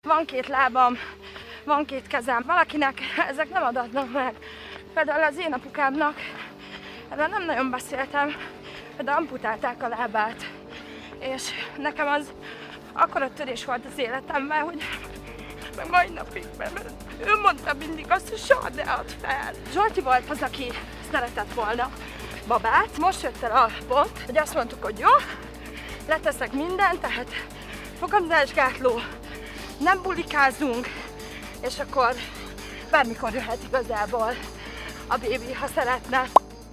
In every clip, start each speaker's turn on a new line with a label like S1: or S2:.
S1: van két lábam, van két kezem. Valakinek ezek nem adatnak meg. Például az én apukámnak, erről nem nagyon beszéltem, de amputálták a lábát. És nekem az akkora törés volt az életemben, hogy meg mai napig, mert ő mondta mindig azt, hogy soha ne add fel. Zsolti volt az, aki szeretett volna babát. Most jött el a pont, hogy azt mondtuk, hogy jó, leteszek mindent, tehát fogamzásgátló, nem bulikázunk, és akkor bármikor jöhet igazából a bébi, ha szeretne.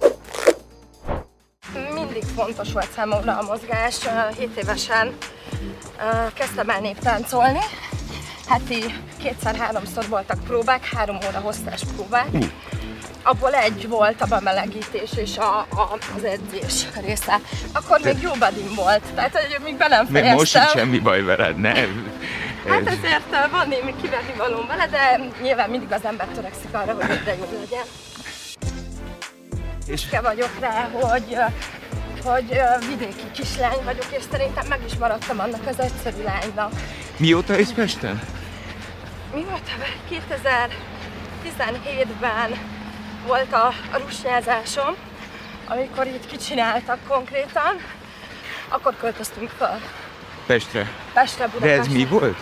S1: Mindig fontos volt számomra a mozgás. 7 évesen kezdtem el néptáncolni. Heti 2-3-szor voltak próbák, 3 óra hosszás próbák. Abból egy volt a bemelegítés és az edzés része. Akkor még jó buddym volt, tehát hogy még be nem fejeztem.
S2: Most sincs semmi baj veled, ne?
S1: Hát ezért van némi kiverni valóm vele, de nyilván mindig az ember törekszik arra, hogy egyre jobb legyen. Büszke vagyok rá, hogy vidéki kislány vagyok, és szerintem meg is maradtam annak az egyszerű lánynak.
S2: Mióta élsz Pesten?
S1: Mióta? 2017-ben volt a rusnyázásom, amikor itt kicsináltak konkrétan, akkor költöztünk fel.
S2: Pestre?
S1: Pestre, Budapestre.
S2: De ez mi volt?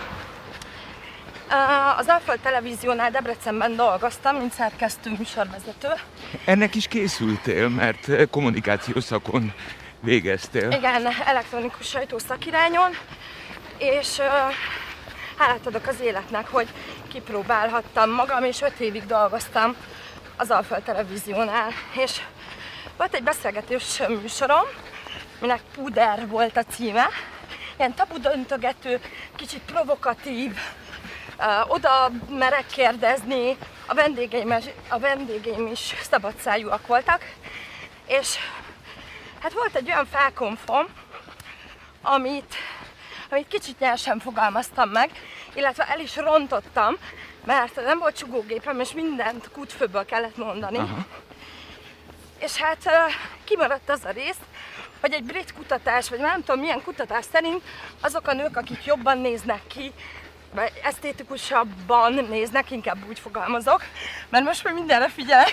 S1: Az Alföld Televíziónál Debrecenben dolgoztam, mint szerkesztő műsorvezető.
S2: Ennek is készültél, mert kommunikációs szakon végeztél.
S1: Igen, elektronikus sajtószakirányon, és hálát adok az életnek, hogy kipróbálhattam magam, és 5 évig dolgoztam az Alföld Televíziónál. És volt egy beszélgetős műsorom, minek Puder volt a címe. Ilyen tabudöntögető, kicsit provokatív, oda merek kérdezni, a vendégeim is szabadszájúak voltak, és hát volt egy olyan felkonfom, amit kicsit nyersen fogalmaztam meg, illetve el is rontottam, mert nem volt csugógépem, és mindent kútfőből kellett mondani. Aha. És hát kimaradt az a rész, hogy egy brit kutatás, vagy nem tudom milyen kutatás szerint azok a nők, akik jobban néznek ki, vagy esztétikusabban néznek, inkább úgy fogalmazok, mert most már mindenre figyelek.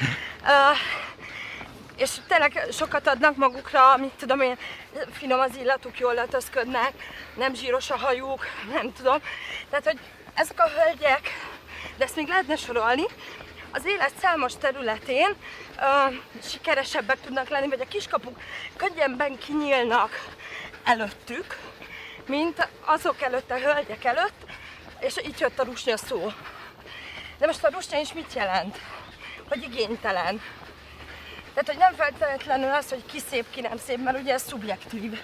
S1: És tényleg sokat adnak magukra, mit tudom én, finom az illatuk, jól öltözködnek, nem zsíros a hajuk, nem tudom. Tehát, hogy ezek a hölgyek, de ezt még lehetne sorolni, az élet számos területén sikeresebbek tudnak lenni, vagy a kiskapuk könnyebben kinyílnak előttük, mint azok előtt, a hölgyek előtt, és itt jött a rusnya szó. De most a rusnya is mit jelent? Hogy igénytelen. Tehát, hogy nem feltétlenül az, hogy ki szép, ki nem szép, mert ugye ez szubjektív.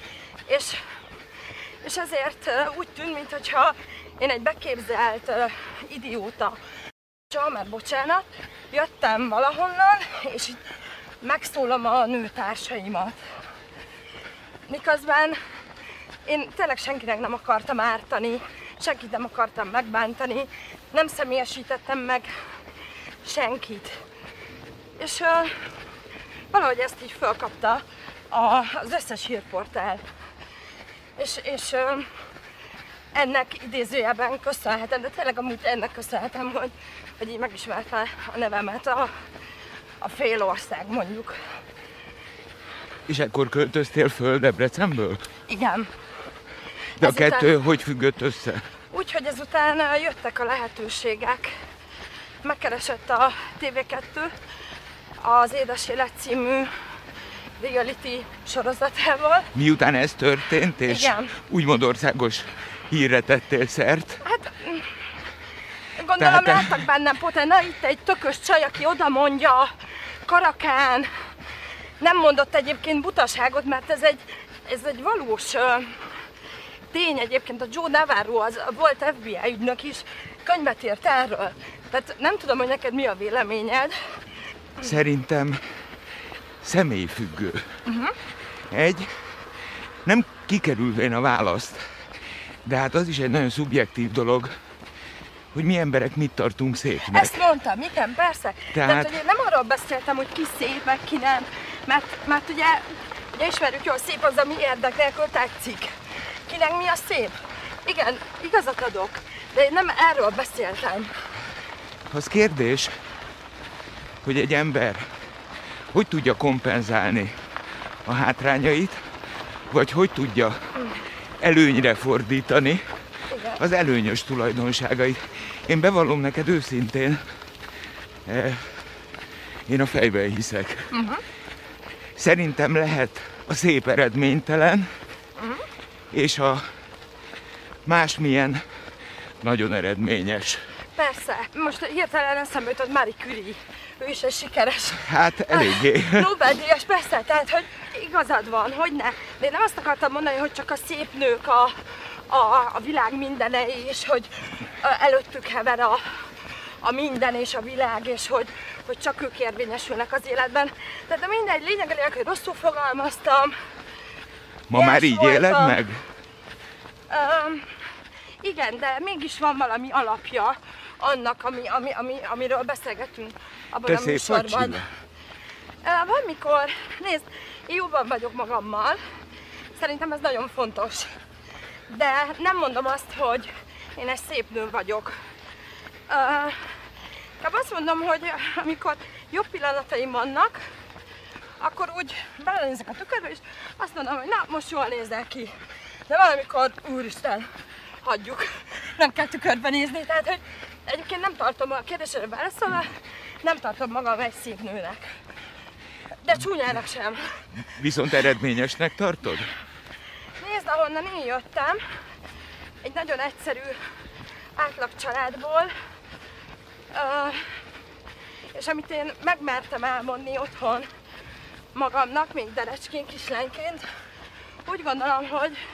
S1: És ezért úgy tűnt, mintha én egy beképzelt idióta, mert bocsánat, jöttem valahonnan, és így megszólom a nőtársaimat. Miközben én tényleg senkinek nem akartam ártani, senkit nem akartam megbántani, nem személyesítettem meg senkit. És valahogy ezt így fölkapta az összes hírportál. És ennek idézőjelben köszönhetem, de tényleg amúgy ennek köszönhetem, hogy így megismerte a nevemet a fél ország, mondjuk.
S2: És ekkor költöztél föl Debrecenből?
S1: Igen.
S2: De a kettő hogy függött össze?
S1: Úgy, hogy ezután jöttek a lehetőségek. Megkeresett a TV2 az Édes Élet című reality sorozatával.
S2: Miután ez történt, és
S1: igen,
S2: úgymond országos hírre tettél szert?
S1: Hát gondolom láttak bennem na itt egy tökös csaj, aki oda mondja, karakán. Nem mondott egyébként butaságot, mert ez egy valós tény egyébként. A Joe Navarro, az volt FBI ügynök is, könyvet írt erről. Tehát nem tudom, hogy neked mi a véleményed.
S2: Szerintem személyfüggő. Nem kikerülvén a választ, de hát az is egy nagyon szubjektív dolog, hogy mi emberek mit tartunk szépnek.
S1: Ezt mondtam, igen, persze. Tehát, hogy én nem arról beszéltem, hogy ki szép, meg ki nem, mert ugye ismerjük jól, szép az, ami érdek nélkül tetszik. Kinek mi a szép? Igen, igazat adok, de én nem erről beszéltem.
S2: Az kérdés, hogy egy ember hogy tudja kompenzálni a hátrányait, vagy hogy tudja előnyre fordítani az előnyös tulajdonságait. Én bevallom neked őszintén, én a fejben hiszek. Szerintem lehet a szép eredménytelen, és a másmilyen nagyon eredményes.
S1: Persze, most hirtelen eszembe jutott Marie Curie, ő is egy sikeres.
S2: Hát eléggé.
S1: Nobel-díjas, persze, tehát hogy igazad van, hogy ne. De én nem azt akartam mondani, hogy csak a szép nők a világ mindenei, és hogy előttük hever a minden és a világ, és hogy csak ők érvényesülnek az életben. Tehát de mindegy, lényeg, hogy rosszul fogalmaztam.
S2: Ma már így éled meg?
S1: Igen, de mégis van valami alapja annak, amiről beszélgetünk abban a műsorban. Valamikor, nézd, én jobban vagyok magammal, szerintem ez nagyon fontos. De nem mondom azt, hogy én egy szép nő vagyok. Azt mondom, hogy amikor jobb pillanataim vannak, akkor úgy belenézek a tükörbe, és azt mondom, hogy na, most jól nézel ki. De valamikor, úristen, hagyjuk, nem kell tükörbe nézni. Tehát, hogy egyébként nem tartom a kérdésre válaszolva, nem tartom magam egy szép nőnek. De csúnyának sem.
S2: Viszont eredményesnek tartod?
S1: Nézd, ahonnan én jöttem, egy nagyon egyszerű átlag családból, és amit én megmertem elmondni otthon magamnak, még derecskén, kislányként, úgy gondolom,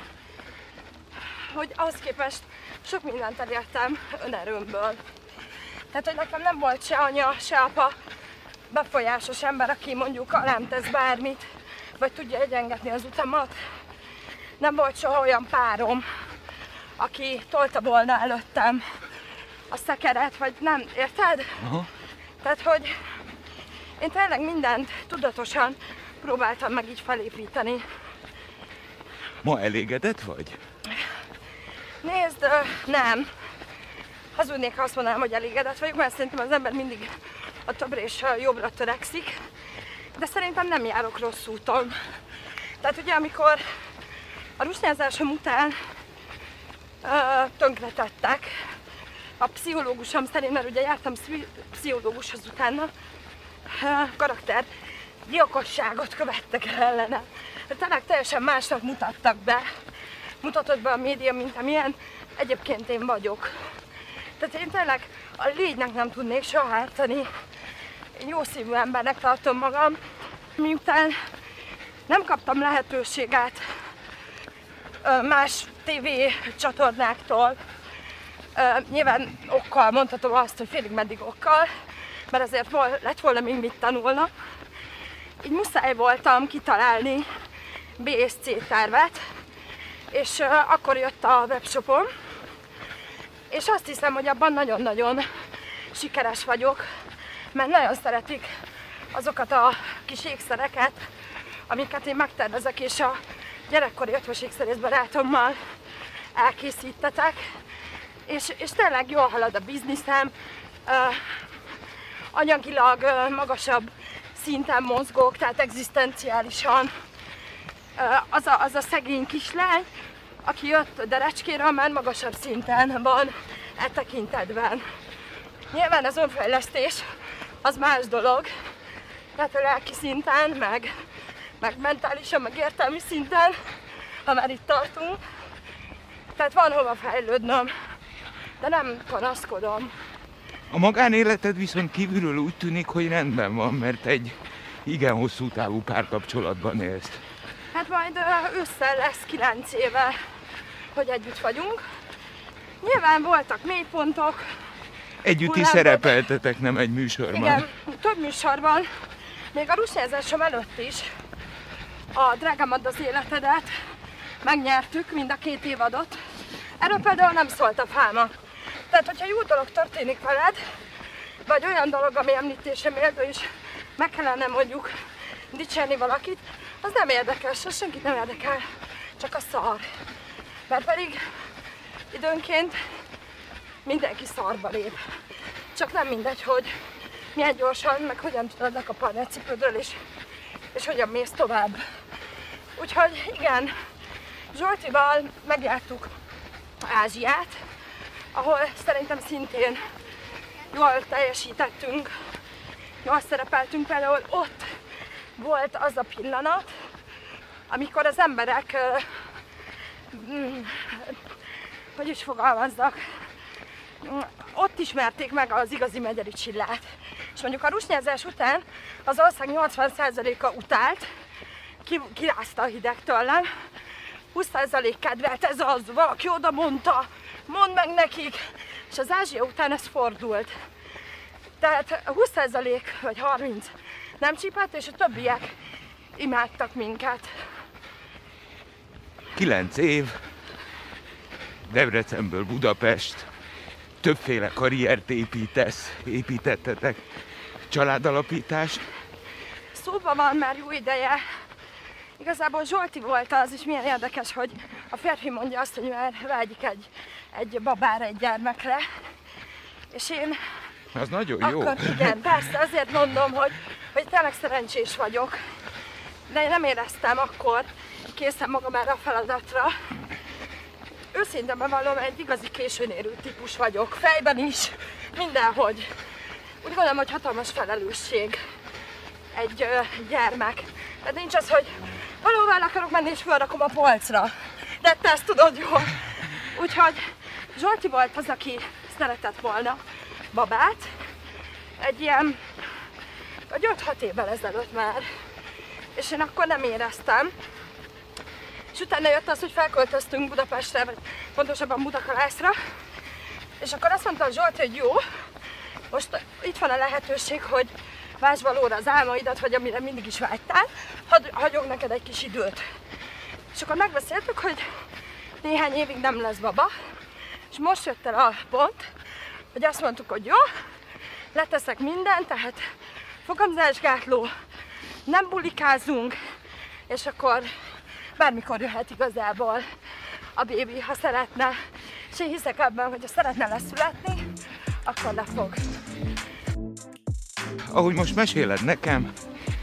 S1: hogy ahhoz képest sok mindent elértem önerőmből. Tehát, hogy nekem nem volt se anya, se apa befolyásos ember, aki mondjuk alám tesz bármit, vagy tudja egyengetni az utamat. Nem volt soha olyan párom, aki tolta volna előttem a szekeret, vagy nem, érted?
S2: Aha.
S1: Tehát, hogy én tényleg mindent tudatosan próbáltam meg így felépíteni.
S2: Ma elégedett vagy?
S1: Nézd, nem. Hazudnék, ha azt mondanám, hogy elégedett vagyok, mert szerintem az ember mindig a többre és a jobbra törekszik. De szerintem nem járok rossz úton. Tehát ugye, amikor a rusnyázásom után tönkretettek, a pszichológusom szerint, mert ugye jártam pszichológushoz utána, karakter gyilkosságot követtek el ellene. Tényleg teljesen másnak mutatott be a média, mint amilyen egyébként én vagyok. Tehát én tényleg a légynek nem tudnék soha ártani. Én jó szívű embernek tartom magam, miután nem kaptam lehetőséget más TV csatornáktól. Nyilván okkal mondhatom azt, hogy félig meddig okkal, mert azért lett volna még mit tanulna. Így muszáj voltam kitalálni B és C tervet, és akkor jött a webshopom, és azt hiszem, hogy abban nagyon-nagyon sikeres vagyok, mert nagyon szeretik azokat a kis ékszereket, amiket én megtervezek, és a gyerekkori ötvös ékszerész barátommal elkészítetek, és tényleg jól halad a bizniszem, anyagilag magasabb szinten mozgok, tehát egzisztenciálisan. Az a szegény kislány, aki jött Derecskéről, már magasabb szinten van e tekintetben. Nyilván az önfejlesztés az más dolog, tehát a lelki szinten, meg mentálisan, meg értelmi szinten, ha már itt tartunk. Tehát van hova fejlődnöm, de nem panaszkodom.
S2: A magánéleted viszont kívülről úgy tűnik, hogy rendben van, mert egy igen hosszú távú párkapcsolatban élsz.
S1: Hát majd ősszel lesz 9 éve, hogy együtt vagyunk. Nyilván voltak mélypontok.
S2: Együtt is szerepeltetek, nem egy műsorban.
S1: Igen, több műsorban. Még a rusnyázásom előtt is a Drágám, add az életedet megnyertük, mind a 2 évadot. Erről például nem szólt a fáma. Tehát, hogyha jó dolog történik veled, vagy olyan dolog, ami említésre méltó, és meg kellene mondjuk dicsérni valakit, az nem érdekes, az senkit nem érdekel, csak a szar. Mert pedig időnként mindenki szarba lép. Csak nem mindegy, hogy milyen gyorsan, meg hogyan tudod lekaparni a cipődről, és hogyan mész tovább. Úgyhogy igen, Zsoltival megjártuk Ázsiát, ahol szerintem szintén jól teljesítettünk, jól szerepeltünk. Például ott volt az a pillanat, amikor az emberek, hogy is fogalmazzak, ott ismerték meg az igazi megyeri csillát. És mondjuk a rusnyázás után az ország 80%-a utált, kirázta a hideg tőlem, 20% kedvelt, ez az, valaki oda mondta, mondd meg nekik, és az Ázsia után ez fordult. Tehát 20% vagy 30% nem csípett, és a többiek imádtak minket.
S2: 9 év, Debrecenből Budapest, többféle karriert építettetek, családalapítás.
S1: Szóban van már jó ideje. Igazából Zsolti volt az, és milyen érdekes, hogy a férfi mondja azt, hogy már vágyik egy babára, egy gyermekre. És én...
S2: Az nagyon jó.
S1: Akkor igen, persze, azért mondom, hogy tényleg szerencsés vagyok. De én nem éreztem akkor készen magam erre a feladatra. Őszintén bevallom, egy igazi későn érült típus vagyok. Fejben is, mindenhogy. Úgy gondolom, hogy hatalmas felelősség egy gyermek. Tehát nincs az, hogy valóban akarok menni és felrakom a polcra. De te ezt tudod jól. Úgyhogy Zsolti volt az, aki szeretett volna babát. Egy ilyen, vagy 5-6 évvel ezelőtt már. És én akkor nem éreztem. És utána jött az, hogy felköltöztünk Budapestre, vagy pontosabban Budakalászra. És akkor azt mondta Zsolti, hogy jó, most itt van a lehetőség, hogy váltsd valóra az álmaidat, vagy amire mindig is vágytál, hagyok neked egy kis időt. És akkor megbeszéltük, hogy néhány évig nem lesz baba, és most jött el a pont, hogy azt mondtuk, hogy jó, leteszek mindent, tehát fogamzásgátló, nem bulikázunk, és akkor bármikor jöhet igazából a bébi, ha szeretne. És én hiszek abban, hogy ha szeretne leszületni, akkor le fog.
S2: Ahogy most meséled nekem,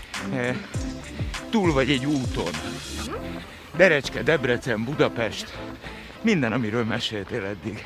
S2: túl vagy egy úton. Derecske, Debrecen, Budapest, minden, amiről meséltél eddig.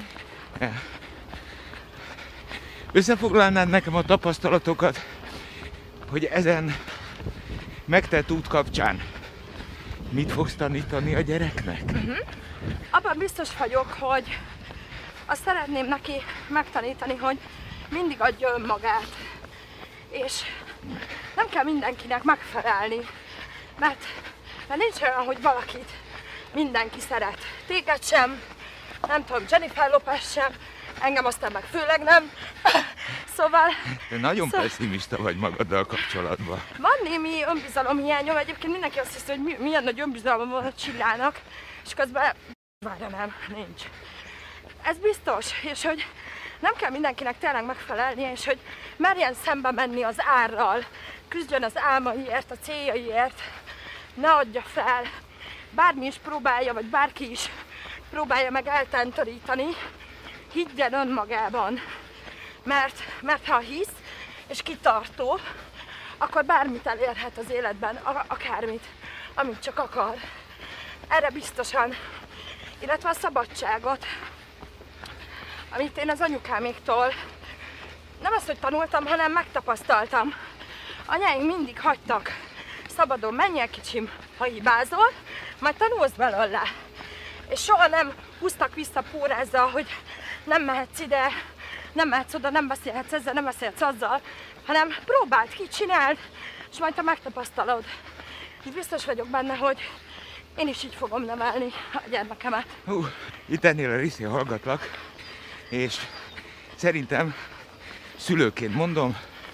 S2: Összefoglalnád nekem a tapasztalatokat, hogy ezen megtett út kapcsán mit fogsz tanítani a gyereknek?
S1: Abban biztos vagyok, hogy azt szeretném neki megtanítani, hogy mindig adja önmagát. És nem kell mindenkinek megfelelni, mert nincs olyan, hogy valakit mindenki szeret. Téged sem, nem tudom, Jennifer Lopez sem, engem aztán meg főleg nem. Szóval...
S2: Te nagyon pessimista vagy magaddal kapcsolatban.
S1: Van némi önbizalomhiányom, egyébként mindenki azt hiszi, hogy milyen nagy önbizalom van a Csillának, és közben várja, nem, nincs. Ez biztos, és hogy nem kell mindenkinek tényleg megfelelnie, és hogy merjen szembe menni az árral, küzdjön az álmaiért, a céljaiért, ne adja fel, bármi is próbálja, vagy bárki is próbálja meg eltántorítani, higgyen önmagában, mert ha hisz és kitartó, akkor bármit elérhet az életben, akármit, amit csak akar. Erre biztosan, illetve a szabadságot, amit én az anyukáméktól nem azt, hogy tanultam, hanem megtapasztaltam. Anyáink mindig hagytak szabadon, menjél kicsim, ha hibázol, majd tanulsz belőle. És soha nem húztak vissza pórázzal, hogy nem mehetsz ide, nem mehetsz oda, nem beszélhetsz ezzel, nem beszélhetsz azzal, hanem próbáld ki, csináld, és majd te megtapasztalod. És biztos vagyok benne, hogy én is így fogom nevelni a gyermekemet.
S2: Itt ennél a részén hallgatlak, és szerintem szülőként mondom,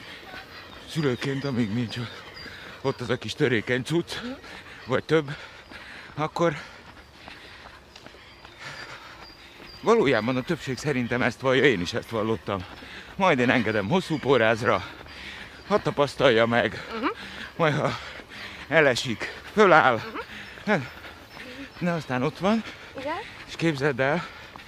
S2: amíg nincs ott az a kis törékeny cucc, vagy több, akkor valójában a többség szerintem ezt vallja, én is ezt vallottam. Majd én engedem hosszú pórázra, hadd tapasztalja meg, majd ha elesik, föláll, de aztán ott van,
S1: igen?
S2: és képzeld el,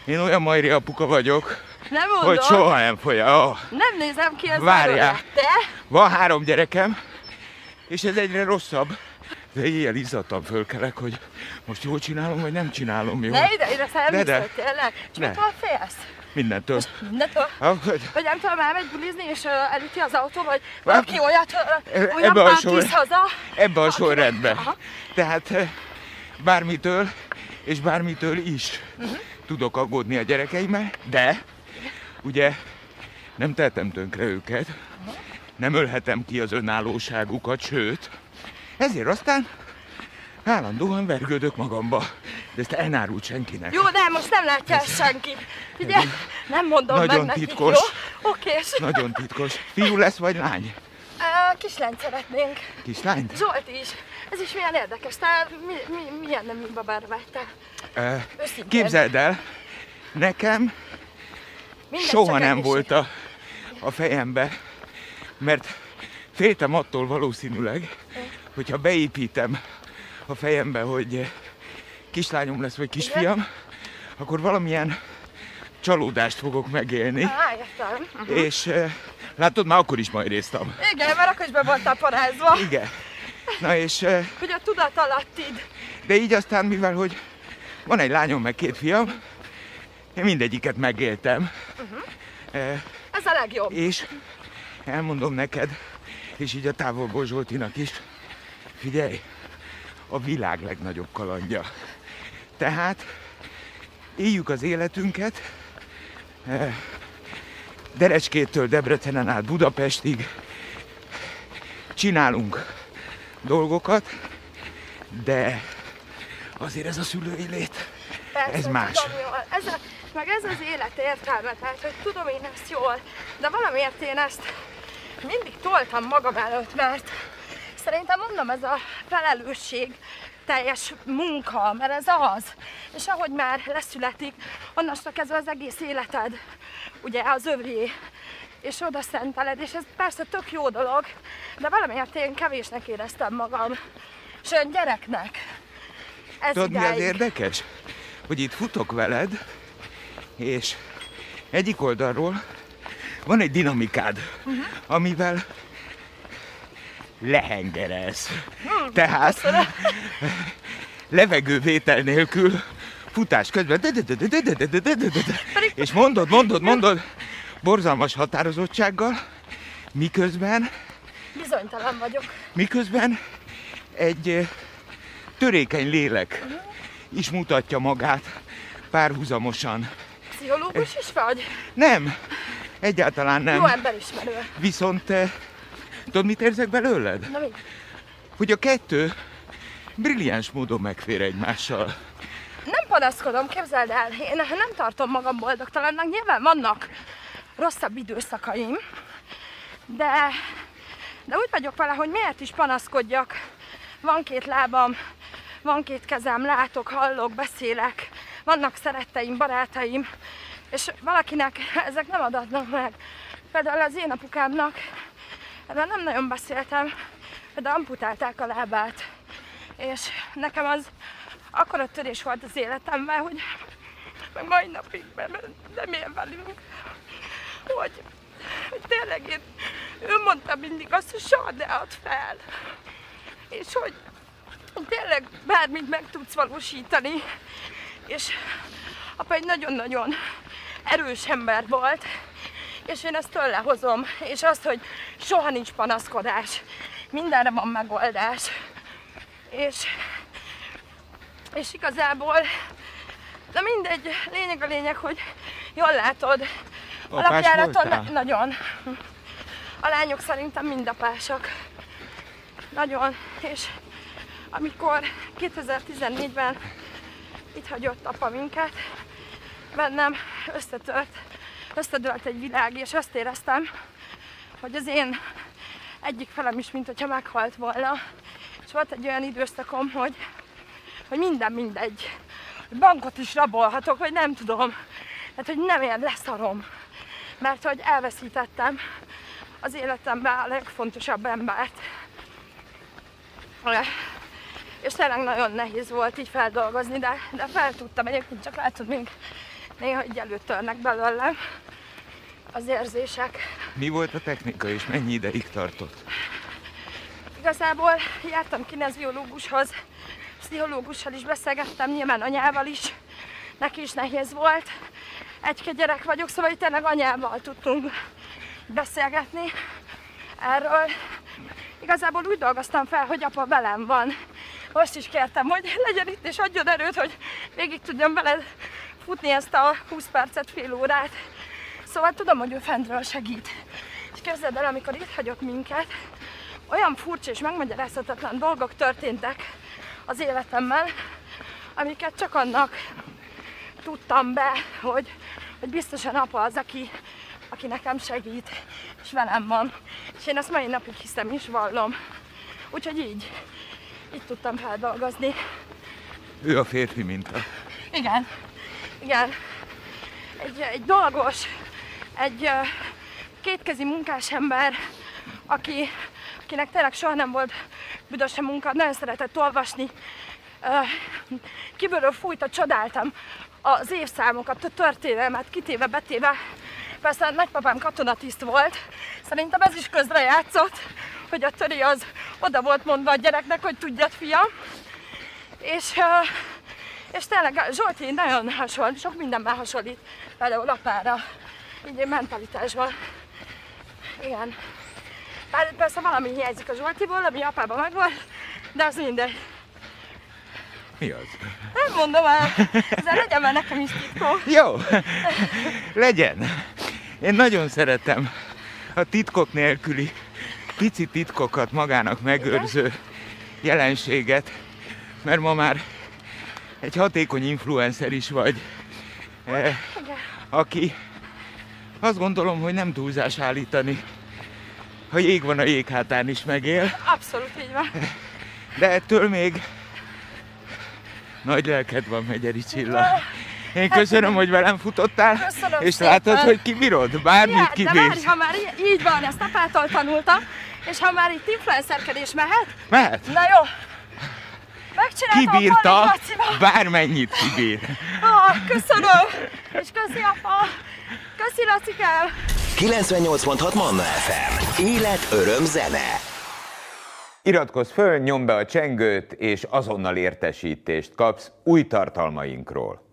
S2: Én olyan majri apuka vagyok,
S1: Nem mondom.
S2: hogy soha nem folyam. Oh.
S1: Nem nézem ki ez
S2: Várjál.
S1: Te?
S2: Van 3 gyerekem, és ez egyre rosszabb. De éjjel izzadtan fölkelek, hogy most jól csinálom, vagy nem csinálom jól.
S1: Ne ide
S2: De.
S1: szemlőszöd, tényleg. És
S2: Ne.
S1: mitől félsz?
S2: Mindentől.
S1: Mindentől?
S2: Ahogy,
S1: Hogy nem tudom, elmegy bulizni, és elüti az autó, vagy valaki olyat
S2: ebbe a
S1: párt
S2: sor-
S1: visz haza.
S2: ebbe a sorrendben.
S1: Aha.
S2: Tehát bármitől, és bármitől is tudok aggódni a gyerekeimmel, de ugye nem tehetem tönkre őket, nem ölhetem ki az önállóságukat, sőt, ezért aztán állandóan vergődök magamba. De ezt elnárult senkinek.
S1: Jó, de most nem látja ezt senki. Figyelj, nem mondom
S2: Nagyon
S1: meg nekik,
S2: titkos.
S1: jó? Okés.
S2: Nagyon titkos. Fiú lesz vagy lány?
S1: Kislányt szeretnénk.
S2: Kislányt?
S1: Zsolt is. Ez is milyen érdekes. Te milyen nemű babára vágytál? Őszintén.
S2: Képzeld el, nekem
S1: Mindegy,
S2: soha
S1: csak
S2: nem
S1: egészség.
S2: volt a fejembe, mert féltem attól valószínűleg, hogyha beépítem a fejembe, hogy kislányom lesz vagy kisfiam, akkor valamilyen csalódást fogok megélni.
S1: Értem.
S2: És látod, már akkor is majd résztam.
S1: Igen, mert akkor is be voltál parázva.
S2: Igen. Na és,
S1: Hogy a tudat alattid.
S2: de így aztán, mivel hogy van egy lányom, meg 2 fiam, én mindegyiket megéltem.
S1: Ez a legjobb.
S2: És elmondom neked, és így a távolból Zsoltinak is, figyelj, a világ legnagyobb kalandja. Tehát éljük az életünket, Derecskétől Debrecenen át Budapestig, csinálunk dolgokat, de azért ez a szülői lét,
S1: Persze,
S2: ez más.
S1: Tudom, jól. Meg ez az élet értelme, tehát hogy tudom én ezt jól, de valamiért én ezt mindig toltam magam előtt, mert szerintem mondom, ez a felelősség teljes munka, mert ez az. És ahogy már leszületik, onnastól kezdve az egész életed, ugye az övré, és oda szenteled, és ez persze tök jó dolog, de valamiért én kevésnek éreztem magam, és olyan gyereknek. Ez
S2: Tudod, mi az
S1: idáig.
S2: érdekes? Hogy itt futok veled, és egyik oldalról van egy dinamikád, amivel lehengerelsz. Tehát levegővétel nélkül futás közben és mondod borzalmas határozottsággal,
S1: Bizonytalan vagyok.
S2: miközben egy törékeny lélek is mutatja magát párhuzamosan.
S1: Pszichológus is vagy?
S2: Nem, egyáltalán
S1: Jó
S2: nem.
S1: emberismerő.
S2: Viszont tudod, mit érzek belőled?
S1: Na mi?
S2: Hogy a kettő brilliáns módon megfér egymással.
S1: Nem panaszkodom, képzeld el, én nem tartom magam boldogtalannak, nyilván vannak rosszabb időszakaim, de úgy vagyok vele, hogy miért is panaszkodjak. Van 2 lábam, van 2 kezem, látok, hallok, beszélek, vannak szeretteim, barátaim, és valakinek ezek nem adatnak meg. Például az én apukámnak, erről nem nagyon beszéltem, de amputálták a lábát, és nekem az akkora törés volt az életemben, hogy meg mai napig nem él velünk, hogy tényleg ő mondta mindig azt, hogy soha ne add fel, és hogy tényleg bármit meg tudsz valósítani, és apa egy nagyon-nagyon erős ember volt, és én ezt tőle hozom, és azt, hogy soha nincs panaszkodás, mindenre van megoldás, és igazából, de mindegy, lényeg a lényeg, hogy jól látod,
S2: Apás
S1: alapjáraton
S2: voltál?
S1: nagyon. A lányok szerintem mind apásak. Nagyon. És amikor 2014-ben itt hagyott apa minket, bennem összedőlt egy világ, és azt éreztem, hogy az én egyik felem is, mint hogyha meghalt volna. És volt egy olyan időszakom, hogy minden mindegy. Hogy bankot is rabolhatok, vagy nem tudom. Tehát, hogy nem ér, leszarom. Mert hogy elveszítettem az életemben a legfontosabb embert. És tényleg nagyon nehéz volt így feldolgozni, de fel tudtam egyébként, csak látod, még néha így előtörnek belőlem az érzések.
S2: Mi volt a technika és mennyi ideig tartott?
S1: Igazából jártam kineziológushoz, pszichológussal is beszélgettem, nyilván anyával is. Neki is nehéz volt. Egy-két gyerek vagyok, szóval itt tényleg anyával tudtunk beszélgetni erről. Igazából úgy dolgoztam fel, hogy apa velem van. Most is kértem, hogy legyen itt és adjon erőt, hogy végig tudjam veled futni ezt a 20 percet, fél órát. Szóval tudom, hogy ő fentről segít. És képzeld el, amikor itt hagyott minket, olyan furcsa és megmagyarázhatatlan dolgok történtek az életemmel, amiket csak annak tudtam be, hogy biztosan apa az, aki nekem segít, és velem van. És én ezt mai napig hiszem is, vallom. Úgyhogy így tudtam feldolgozni.
S2: Ő a férfi minta.
S1: Igen, igen. Egy dolgos, egy kétkezi munkás ember, akinek tényleg soha nem volt büdös a munka, nagyon szeretett olvasni. Kívülről fújta, csodáltam az évszámokat, a történelmet, kitéve, betéve. Persze a nagypapám katonatiszt volt, szerintem ez is közrejátszott, hogy a töri az oda volt mondva a gyereknek, hogy tudjad, fiam. És tényleg Zsolti nagyon hasonlít, sok mindenben hasonlít, például apára, így mentalitásban. Igen. Bár persze valami hiányzik a Zsoltiból, ami apában megvolt, de az mindegy.
S2: Mi az?
S1: Nem mondom el, ezzel legyen már nekem is titkok.
S2: Jó, legyen. Én nagyon szeretem a titkok nélküli, pici titkokat magának megőrző jelenséget, mert ma már egy hatékony influencer is vagy, aki azt gondolom, hogy nem túlzás állítani, ha jég van a jéghátán is megél.
S1: Abszolút így van.
S2: De ettől még nagy lelked van, Megyeri Csilla. Én köszönöm, hogy velem futottál,
S1: köszönöm
S2: és
S1: szépen.
S2: Látod, hogy kibírod, bármit kibírsz.
S1: De várj, ha már így van, ezt apától tanultam, és ha már itt influencerkedés mehet?
S2: Mehet.
S1: Na jó. Megcsináltam
S2: Kibírta,
S1: a Lacival.
S2: bármennyit kibír.
S1: Köszönöm, és köszi apa. Köszi Lacikám.
S3: 98.6 Manna FM. Élet, öröm, zene.
S2: Iratkozz föl, nyomd be a csengőt, és azonnal értesítést kapsz új tartalmainkról.